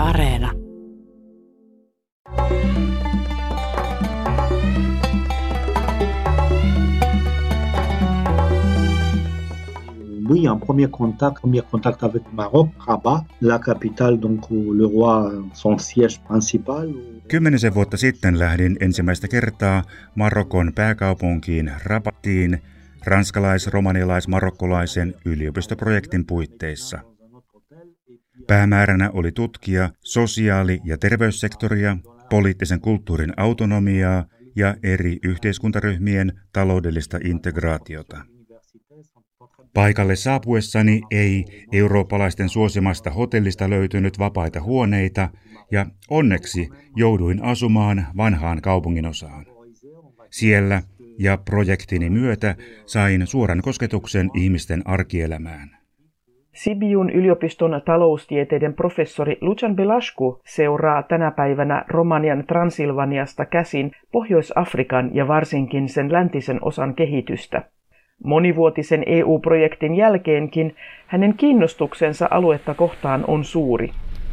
Areena. Oui, un premier contact avec Maroc, Rabat, la capitale, donc où le roi son siège principal. 10 vuotta sitten lähdin ensimmäistä kertaa Marokon pääkaupunkiin Rabatiin ranskalais-romanialais-marokkolaisen yliopistoprojektin puitteissa. Päämääränä oli tutkia sosiaali- ja terveyssektoria, poliittisen kulttuurin autonomiaa ja eri yhteiskuntaryhmien taloudellista integraatiota. Paikalle saapuessani ei eurooppalaisten suosimasta hotellista löytynyt vapaita huoneita ja onneksi jouduin asumaan vanhaan kaupunginosaan. Siellä ja projektini myötä sain suoran kosketuksen ihmisten arkielämään. Sibiun yliopiston taloustieteiden professori Lucian Belascu seuraa tänä päivänä Romanian Transilvaniasta käsin Pohjois-Afrikan ja varsinkin sen läntisen osan kehitystä. Monivuotisen EU-projektin jälkeenkin hänen kiinnostuksensa aluetta kohtaan on suuri.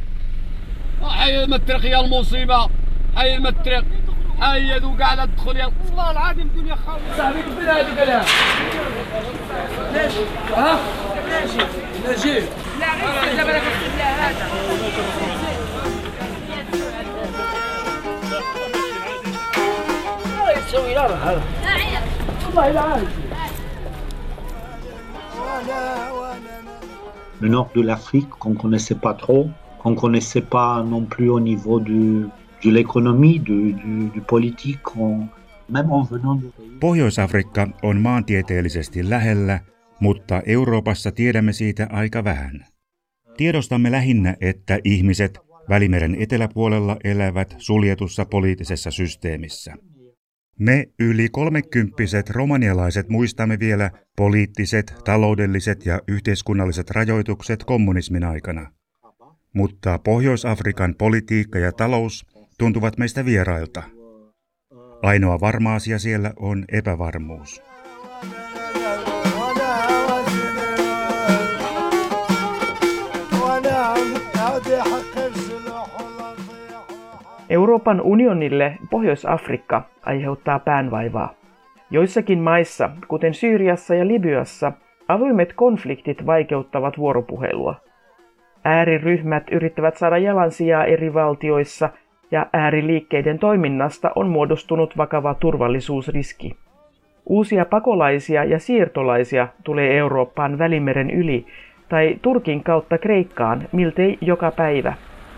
Le nord de l'Afrique qu'on connaissait pas trop, qu'on connaissait pas non plus au niveau de l'économie, du politique, même en venant de... Pohjois-Afrikka on maantieteellisesti lähellä, mutta Euroopassa tiedämme siitä aika vähän. Tiedostamme lähinnä, että ihmiset Välimeren eteläpuolella elävät suljetussa poliittisessa systeemissä. Me yli 30-vuotiaat romanialaiset muistamme vielä poliittiset, taloudelliset ja yhteiskunnalliset rajoitukset kommunismin aikana. Mutta Pohjois-Afrikan politiikka ja talous tuntuvat meistä vierailta. Ainoa varma asia siellä on epävarmuus. Euroopan unionille Pohjois-Afrikka aiheuttaa päänvaivaa. Joissakin maissa, kuten Syyriassa ja Libyassa, avoimet konfliktit vaikeuttavat vuoropuhelua. Ääriryhmät yrittävät saada jalansijaa eri valtioissa ja ääriliikkeiden toiminnasta on muodostunut vakava turvallisuusriski. Uusia pakolaisia ja siirtolaisia tulee Eurooppaan Välimeren yli tai Turkin kautta Kreikkaan miltei joka päivä.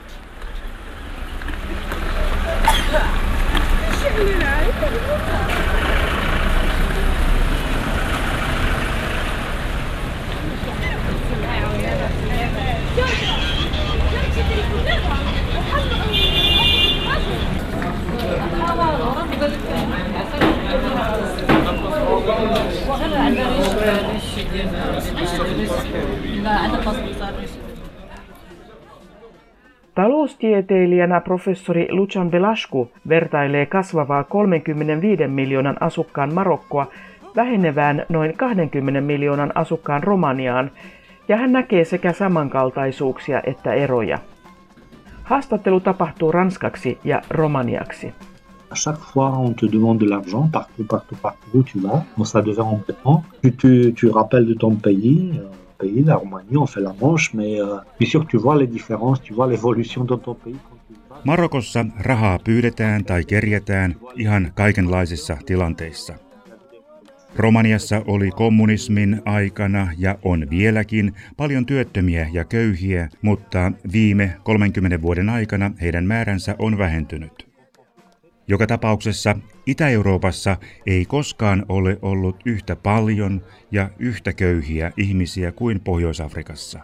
Taloustieteilijänä professori Lucian Belascu vertailee kasvavaa 35 miljoonan asukkaan Marokkoa vähenevään noin 20 miljoonan asukkaan Romaniaan, ja hän näkee sekä samankaltaisuuksia että eroja. Haastattelu tapahtuu ranskaksi ja romaniaksi. À chaque fois, on te demande de l'argent partout où tu vas. Bon, ça devient embêtant. Tu rappelles de ton pays, la Roumanie, on fait la manche, mais bien sûr que tu vois les différences, tu vois l'évolution dans ton pays. Marokossa rahaa pyydetään tai kerjätään ihan kaikenlaisissa tilanteissa. Romaniassa oli kommunismin aikana ja on vieläkin paljon työttömiä ja köyhiä, mutta viime 30 vuoden aikana heidän määränsä on vähentynyt. Joka tapauksessa Itä-Euroopassa ei koskaan ole ollut yhtä paljon ja yhtä köyhiä ihmisiä kuin Pohjois-Afrikassa.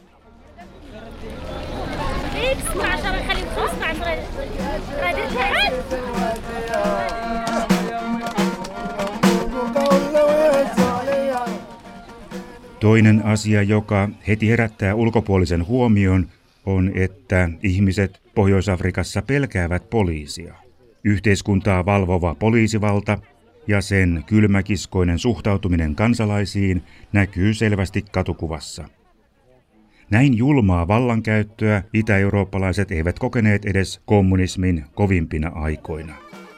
Toinen asia, joka heti herättää ulkopuolisen huomion, on, että ihmiset Pohjois-Afrikassa pelkäävät poliisia. Yhteiskuntaa valvova poliisivalta ja sen kylmäkiskoinen suhtautuminen kansalaisiin näkyy selvästi katukuvassa. Näin julmaa vallankäyttöä itä-eurooppalaiset eivät kokeneet edes kommunismin kovimpina aikoina.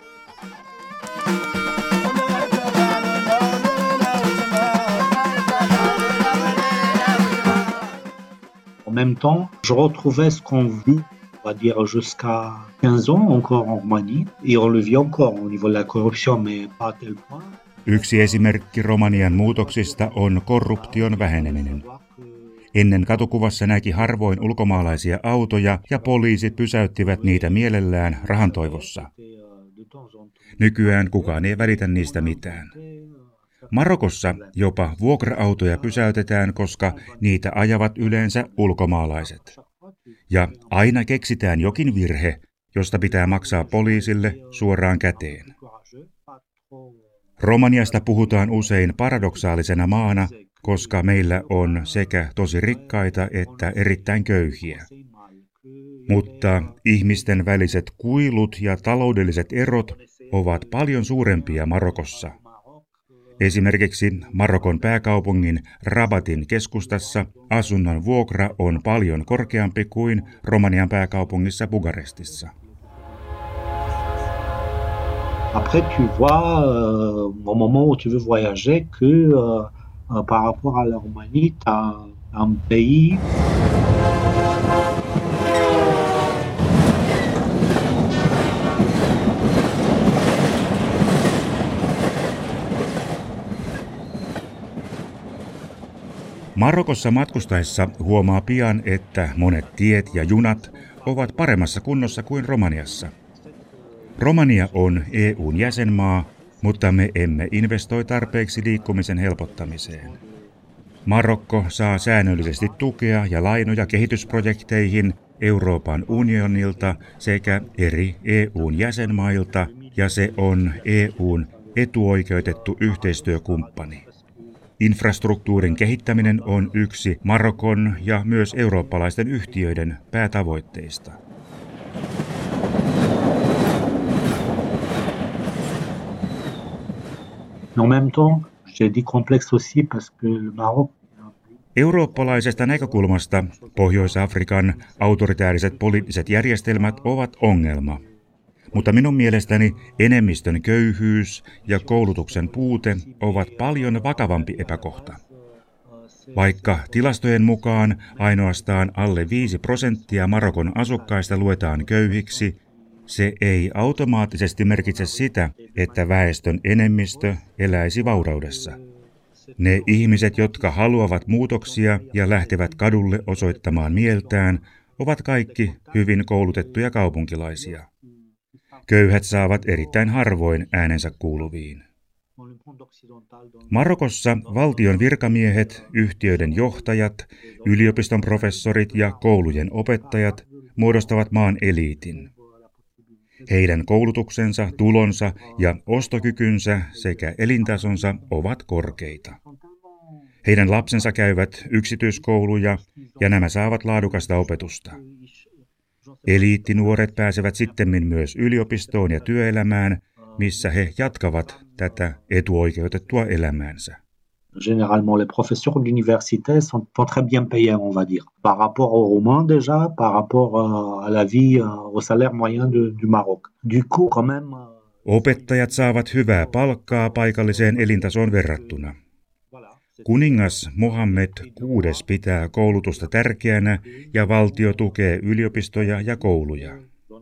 En même temps, je retrouvais ce qu'on vit, on va dire jusqu'à 15 ans encore en Roumanie, et on le vit encore au niveau de la corruption, mais pas à tel point. Yksi esimerkki Romanian muutoksista on korruption väheneminen. Ennen katukuvassa näki harvoin ulkomaalaisia autoja ja poliisit pysäyttivät niitä mielellään rahan toivossa. Nykyään kukaan ei välitä niistä mitään. Marokossa jopa vuokra-autoja pysäytetään, koska niitä ajavat yleensä ulkomaalaiset. Ja aina keksitään jokin virhe, josta pitää maksaa poliisille suoraan käteen. Romaniasta puhutaan usein paradoksaalisena maana, koska meillä on sekä tosi rikkaita että erittäin köyhiä. Mutta ihmisten väliset kuilut ja taloudelliset erot ovat paljon suurempia Marokossa. Esimerkiksi Marokon pääkaupungin Rabatin keskustassa asunnon vuokra on paljon korkeampi kuin Romanian pääkaupungissa Bukarestissa. Après, tu vois, au moment où tu veux voyager, que par rapport à la Roumanie, tu as un pays. Marokossa matkustaessa huomaa pian, että monet tiet ja junat ovat paremmassa kunnossa kuin Romaniassa. Romania on EU:n jäsenmaa, mutta me emme investoi tarpeeksi liikkumisen helpottamiseen. Marokko saa säännöllisesti tukea ja lainoja kehitysprojekteihin Euroopan unionilta sekä eri EU:n jäsenmailta, ja se on EU:n etuoikeutettu yhteistyökumppani. Infrastruktuurin kehittäminen on yksi Marokon ja myös eurooppalaisten yhtiöiden päätavoitteista. En même temps, j'ai dit complexe aussi parce que le Maroc. Eurooppalaisesta näkökulmasta Pohjois-Afrikan autoritääriset poliittiset järjestelmät ovat ongelma. Mutta minun mielestäni enemmistön köyhyys ja koulutuksen puute ovat paljon vakavampi epäkohta. Vaikka tilastojen mukaan ainoastaan alle 5% Marokon asukkaista luetaan köyhiksi, se ei automaattisesti merkitse sitä, että väestön enemmistö eläisi vauraudessa. Ne ihmiset, jotka haluavat muutoksia ja lähtevät kadulle osoittamaan mieltään, ovat kaikki hyvin koulutettuja kaupunkilaisia. Köyhät saavat erittäin harvoin äänensä kuuluviin. Marokossa valtion virkamiehet, yhtiöiden johtajat, yliopiston professorit ja koulujen opettajat muodostavat maan eliitin. Heidän koulutuksensa, tulonsa ja ostokykynsä sekä elintasonsa ovat korkeita. Heidän lapsensa käyvät yksityiskouluja ja nämä saavat laadukasta opetusta. Eliittinuoret pääsevät sittemmin myös yliopistoon ja työelämään, missä he jatkavat tätä etuoikeutettua elämäänsä. Généralement, les professeurs d'université sont très bien payés, on va dire. Par rapport aux Roumains déjà, par rapport à la vie, au salaire moyen du Maroc. Du coup, quand même. Opettajat saavat hyvää palkkaa paikalliseen elintasoon verrattuna. Kuningas Mohammed VI pitää koulutusta tärkeänä ja valtio tukee yliopistoja ja kouluja.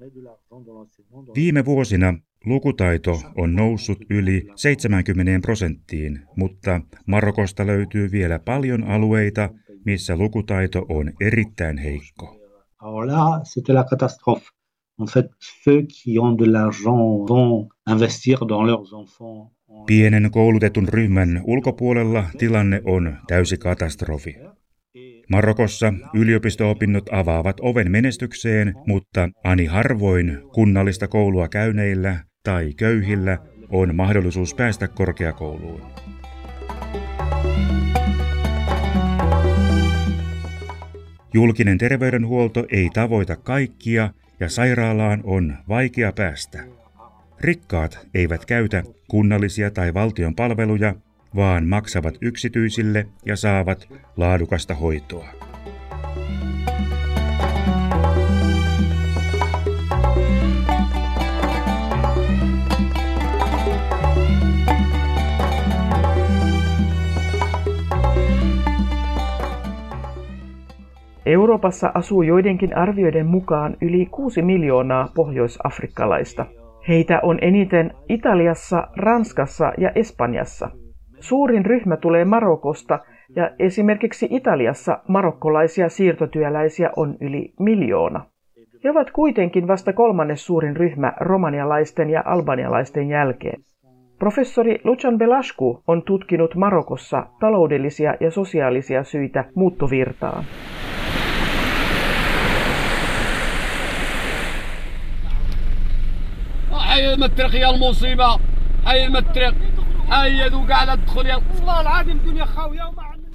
Viime vuosina lukutaito on noussut yli 70%, mutta Marokosta löytyy vielä paljon alueita, missä lukutaito on erittäin heikko. Alors là, c'était la catastrophe. En fait, ceux qui ont de l'argent vont investir dans leurs enfants. Pienen koulutetun ryhmän ulkopuolella tilanne on täysi katastrofi. Marokossa yliopisto-opinnot avaavat oven menestykseen, mutta ani harvoin kunnallista koulua käyneillä tai köyhillä on mahdollisuus päästä korkeakouluun. Julkinen terveydenhuolto ei tavoita kaikkia ja sairaalaan on vaikea päästä. Rikkaat eivät käytä kunnallisia tai valtion palveluja, vaan maksavat yksityisille ja saavat laadukasta hoitoa. Euroopassa asuu joidenkin arvioiden mukaan yli 6 miljoonaa pohjoisafrikkalaista. Heitä on eniten Italiassa, Ranskassa ja Espanjassa. Suurin ryhmä tulee Marokosta ja esimerkiksi Italiassa marokkolaisia siirtotyöläisiä on yli 1 miljoona. He ovat kuitenkin vasta 3. suurin ryhmä romanialaisten ja albanialaisten jälkeen. Professori Lucian Belascu on tutkinut Marokossa taloudellisia ja sosiaalisia syitä muuttovirtaan. حي المترك يا المصيبة حي المترك حي وقاعدة تدخل يا والله العظيم الدنيا خاوية وما عندنا.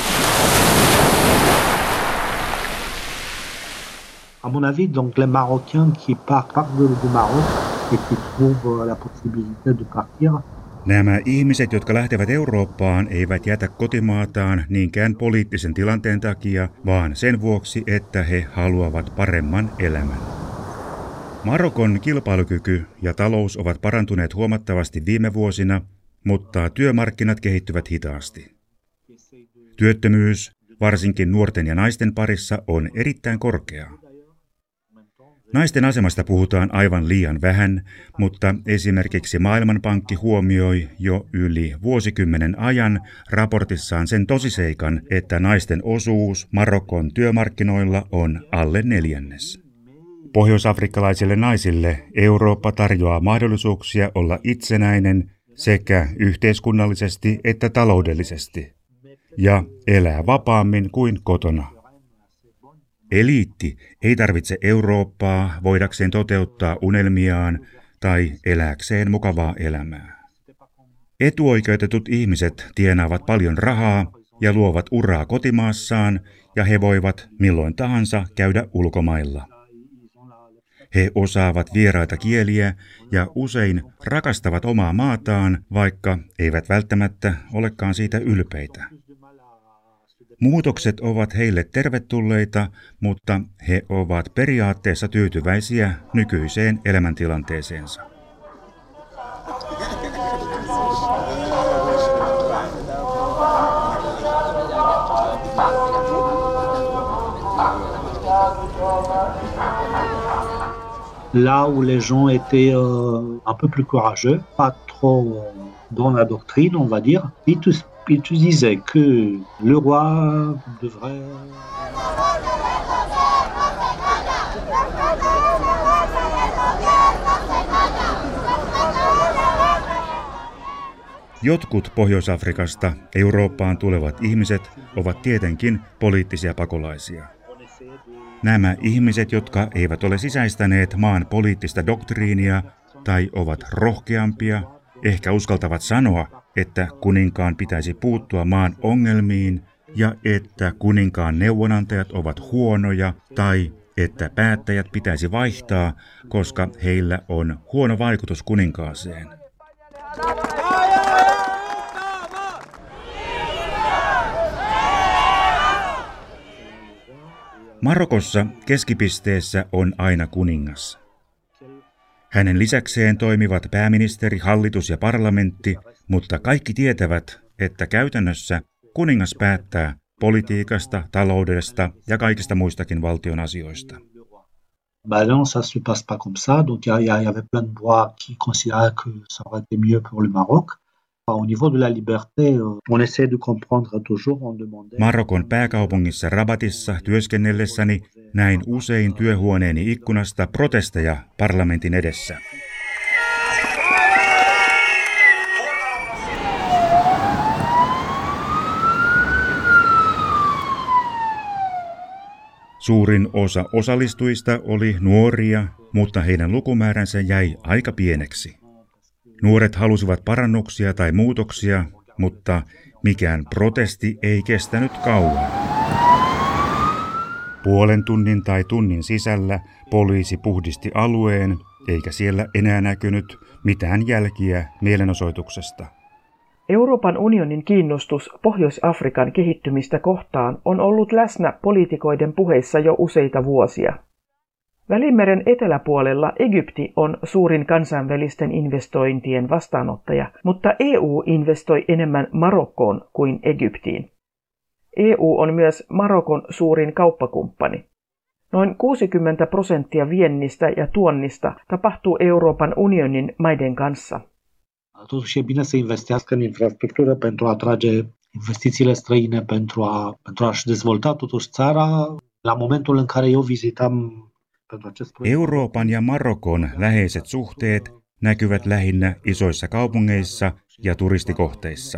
À mon avis, donc les Marocains qui partent du Maroc et qui trouvent la possibilité de partir. Nämä ihmiset, jotka lähtevät Eurooppaan, eivät jätä kotimaataan niinkään poliittisen tilanteen takia, vaan sen vuoksi, että he haluavat paremman elämän. Marokon kilpailukyky ja talous ovat parantuneet huomattavasti viime vuosina, mutta työmarkkinat kehittyvät hitaasti. Työttömyys, varsinkin nuorten ja naisten parissa, on erittäin korkea. Naisten asemasta puhutaan aivan liian vähän, mutta esimerkiksi Maailmanpankki huomioi jo yli vuosikymmenen ajan raportissaan sen tosiseikan, että naisten osuus Marokon työmarkkinoilla on alle 1/4. Pohjoisafrikkalaisille naisille Eurooppa tarjoaa mahdollisuuksia olla itsenäinen sekä yhteiskunnallisesti että taloudellisesti ja elää vapaammin kuin kotona. Eliitti ei tarvitse Eurooppaa voidakseen toteuttaa unelmiaan tai elääkseen mukavaa elämää. Etuoikeutetut ihmiset tienaavat paljon rahaa ja luovat uraa kotimaassaan ja he voivat milloin tahansa käydä ulkomailla. He osaavat vieraita kieliä ja usein rakastavat omaa maataan, vaikka eivät välttämättä olekaan siitä ylpeitä. Muutokset ovat heille tervetulleita, mutta he ovat periaatteessa tyytyväisiä nykyiseen elämäntilanteeseensa. Là où les gens étaient un peu plus courageux, pas trop dans la doctrine, on va dire, ils te disaient que le roi devrait... Jotkut Pohjois-Afrikasta Eurooppaan tulevat ihmiset ovat tietenkin poliittisia pakolaisia. Nämä ihmiset, jotka eivät ole sisäistäneet maan poliittista doktriinia tai ovat rohkeampia, ehkä uskaltavat sanoa, että kuninkaan pitäisi puuttua maan ongelmiin ja että kuninkaan neuvonantajat ovat huonoja tai että päättäjät pitäisi vaihtaa, koska heillä on huono vaikutus kuninkaaseen. Marokossa keskipisteessä on aina kuningas. Hänen lisäkseen toimivat pääministeri, hallitus ja parlamentti, mutta kaikki tietävät, että käytännössä kuningas päättää politiikasta, taloudesta ja kaikista muistakin valtion asioista. Non, ça se passe pas comme ça. Donc il y avait plein de voix qui considéraient que ça aurait été mieux pour le Maroc. Au niveau de la liberté, on essaie de comprendre toujours, on demandait... Marokon pääkaupungissa Rabatissa työskennellessäni näin usein työhuoneeni ikkunasta protesteja parlamentin edessä. Suurin osa osallistujista oli nuoria, mutta heidän lukumääränsä jäi aika pieneksi. Nuoret halusivat parannuksia tai muutoksia, mutta mikään protesti ei kestänyt kauan. Puolen tunnin tai tunnin sisällä poliisi puhdisti alueen, eikä siellä enää näkynyt mitään jälkiä mielenosoituksesta. Euroopan unionin kiinnostus Pohjois-Afrikan kehittymistä kohtaan on ollut läsnä poliitikoiden puheissa jo useita vuosia. Välimeren eteläpuolella Egypti on suurin kansainvälisten investointien vastaanottaja, mutta EU investoi enemmän Marokkoon kuin Egyptiin. EU on myös Marokon suurin kauppakumppani. Noin 60% viennistä ja tuonnista tapahtuu Euroopan unionin maiden kanssa. Totuși e bine să investească în infrastructură pentru a atrage investițiile străine, pentru a-și dezvolta totuși țara. La momentul în care eu vizitam pentru acest proiect... Euroopan ja Marokon läheiset suhteet näkyvät lähinnä isoissa kaupungeissa ja turistikohteissa.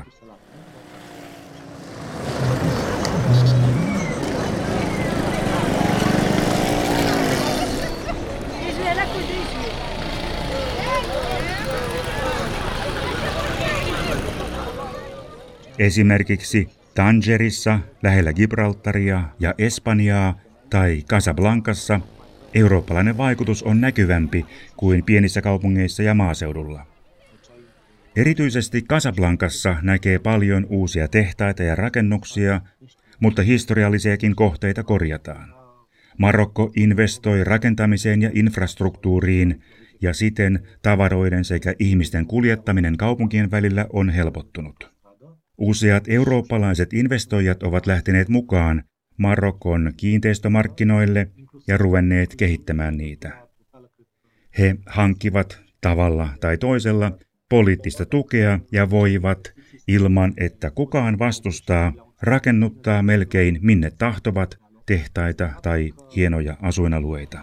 Esimerkiksi Tangerissa, lähellä Gibraltaria ja Espanjaa tai Casablancassa eurooppalainen vaikutus on näkyvämpi kuin pienissä kaupungeissa ja maaseudulla. Erityisesti Casablancassa näkee paljon uusia tehtaita ja rakennuksia, mutta historiallisiakin kohteita korjataan. Marokko investoi rakentamiseen ja infrastruktuuriin, ja siten tavaroiden sekä ihmisten kuljettaminen kaupunkien välillä on helpottunut. Useat eurooppalaiset investoijat ovat lähteneet mukaan Marokon kiinteistömarkkinoille ja ruvenneet kehittämään niitä. He hankkivat tavalla tai toisella poliittista tukea ja voivat, ilman että kukaan vastustaa, rakennuttaa melkein minne tahtovat tehtaita tai hienoja asuinalueita.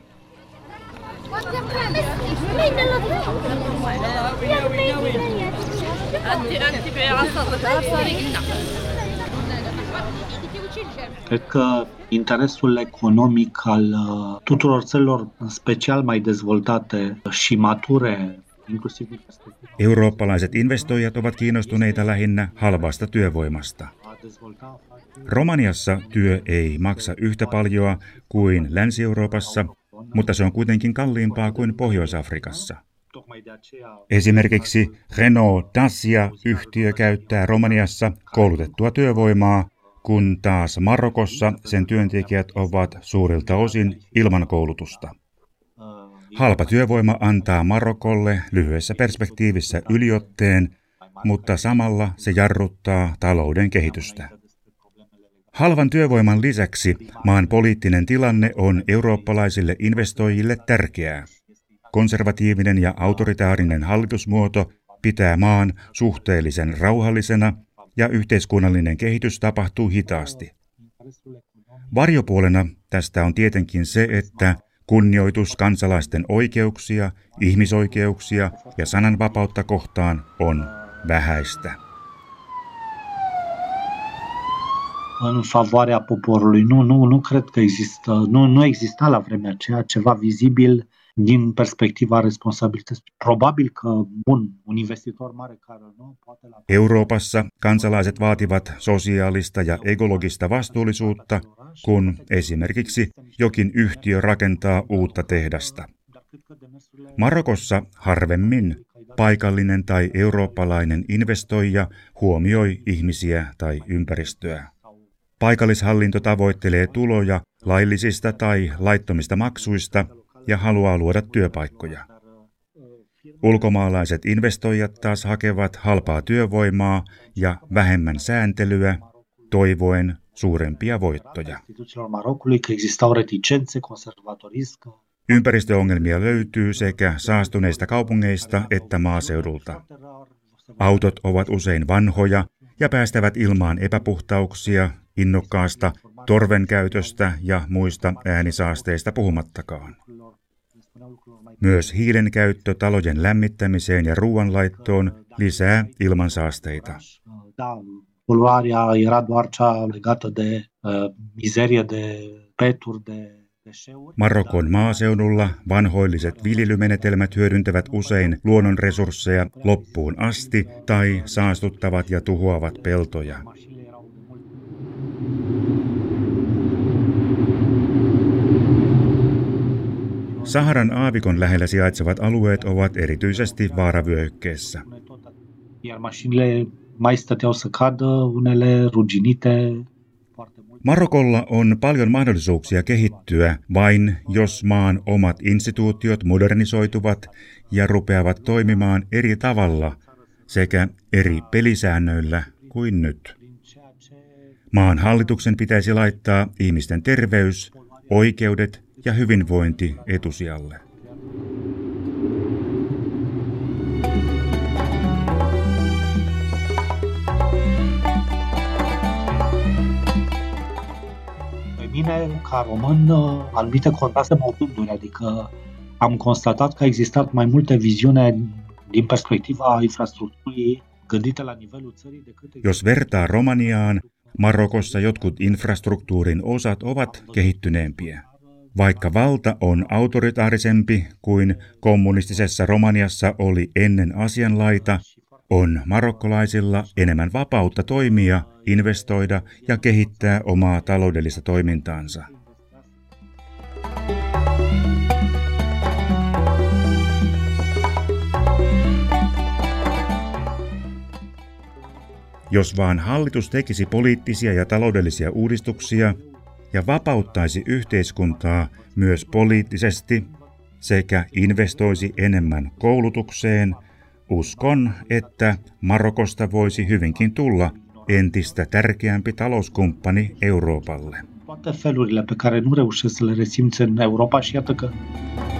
Cred că interesul economic al tuturor țărilor, în special mai dezvoltate și mature, inclusiv Eurooppalaiset investoijat ovat kiinnostuneita lähinnä halvasta työvoimasta. Romaniassa työ ei maksa yhtä paljoa kuin Länsi-Euroopassa, mutta se on kuitenkin kalliimpaa kuin Pohjois-Afrikassa. Esimerkiksi Renault Dacia-yhtiö käyttää Romaniassa koulutettua työvoimaa, kun taas Marokossa sen työntekijät ovat suurilta osin ilman koulutusta. Halpa työvoima antaa Marokolle lyhyessä perspektiivissä yliotteen, mutta samalla se jarruttaa talouden kehitystä. Halvan työvoiman lisäksi maan poliittinen tilanne on eurooppalaisille investoijille tärkeää. Konservatiivinen ja autoritaarinen hallitusmuoto pitää maan suhteellisen rauhallisena ja yhteiskunnallinen kehitys tapahtuu hitaasti. Varjopuolena tästä on tietenkin se, että kunnioitus kansalaisten oikeuksia, ihmisoikeuksia ja sananvapautta kohtaan on vähäistä. În favoarea poporului. Nu cred că există, nu exista la vremea aceea ceva vizibil din perspectiva responsabilității. Probabil că, un investitor mare care poate la... Euroopassa kansalaiset vaativat sosiaalista ja ekologista vastuullisuutta, kun esimerkiksi jokin yhtiö rakentaa uutta tehdasta. Marokossa harvemmin paikallinen tai eurooppalainen investoija huomioi ihmisiä tai ympäristöä. Paikallishallinto tavoittelee tuloja laillisista tai laittomista maksuista ja haluaa luoda työpaikkoja. Ulkomaalaiset investoijat taas hakevat halpaa työvoimaa ja vähemmän sääntelyä, toivoen suurempia voittoja. Ympäristöongelmia löytyy sekä saastuneista kaupungeista että maaseudulta. Autot ovat usein vanhoja ja päästävät ilmaan epäpuhtauksia, innokkaasta torven käytöstä ja muista äänisaasteista puhumattakaan. Myös hiilen käyttö talojen lämmittämiseen ja ruoanlaittoon lisää ilmansaasteita. Marokon maaseudulla vanhoilliset viljelymenetelmät hyödyntävät usein luonnonresursseja loppuun asti tai saastuttavat ja tuhoavat peltoja. Saharan aavikon lähellä sijaitsevat alueet ovat erityisesti vaaravyöhykkeessä. Marokolla on paljon mahdollisuuksia kehittyä vain, jos maan omat instituutiot modernisoituvat ja rupeavat toimimaan eri tavalla sekä eri pelisäännöillä kuin nyt. Maan hallituksen pitäisi laittaa ihmisten terveys, oikeudet ja hyvinvointi etusijalle. Mine, ca român, anumite contraste m-au gânduri, adică am constatat că a existat mai multă viziune din perspectiva infrastructurii gândite la nivelul țării decât... Jos vertaa Romaniaan, Marokossa jotkut infrastruktuurin osat ovat kehittyneempiä. Vaikka valta on autoritaarisempi kuin kommunistisessa Romaniassa oli ennen asianlaita, on marokkolaisilla enemmän vapautta toimia, investoida ja kehittää omaa taloudellista toimintaansa. Jos vaan hallitus tekisi poliittisia ja taloudellisia uudistuksia ja vapauttaisi yhteiskuntaa myös poliittisesti sekä investoisi enemmän koulutukseen, uskon, että Marokosta voisi hyvinkin tulla entistä tärkeämpi talouskumppani Euroopalle. Toate felurile pe care nu reușesc să le resimți în Europa și iată că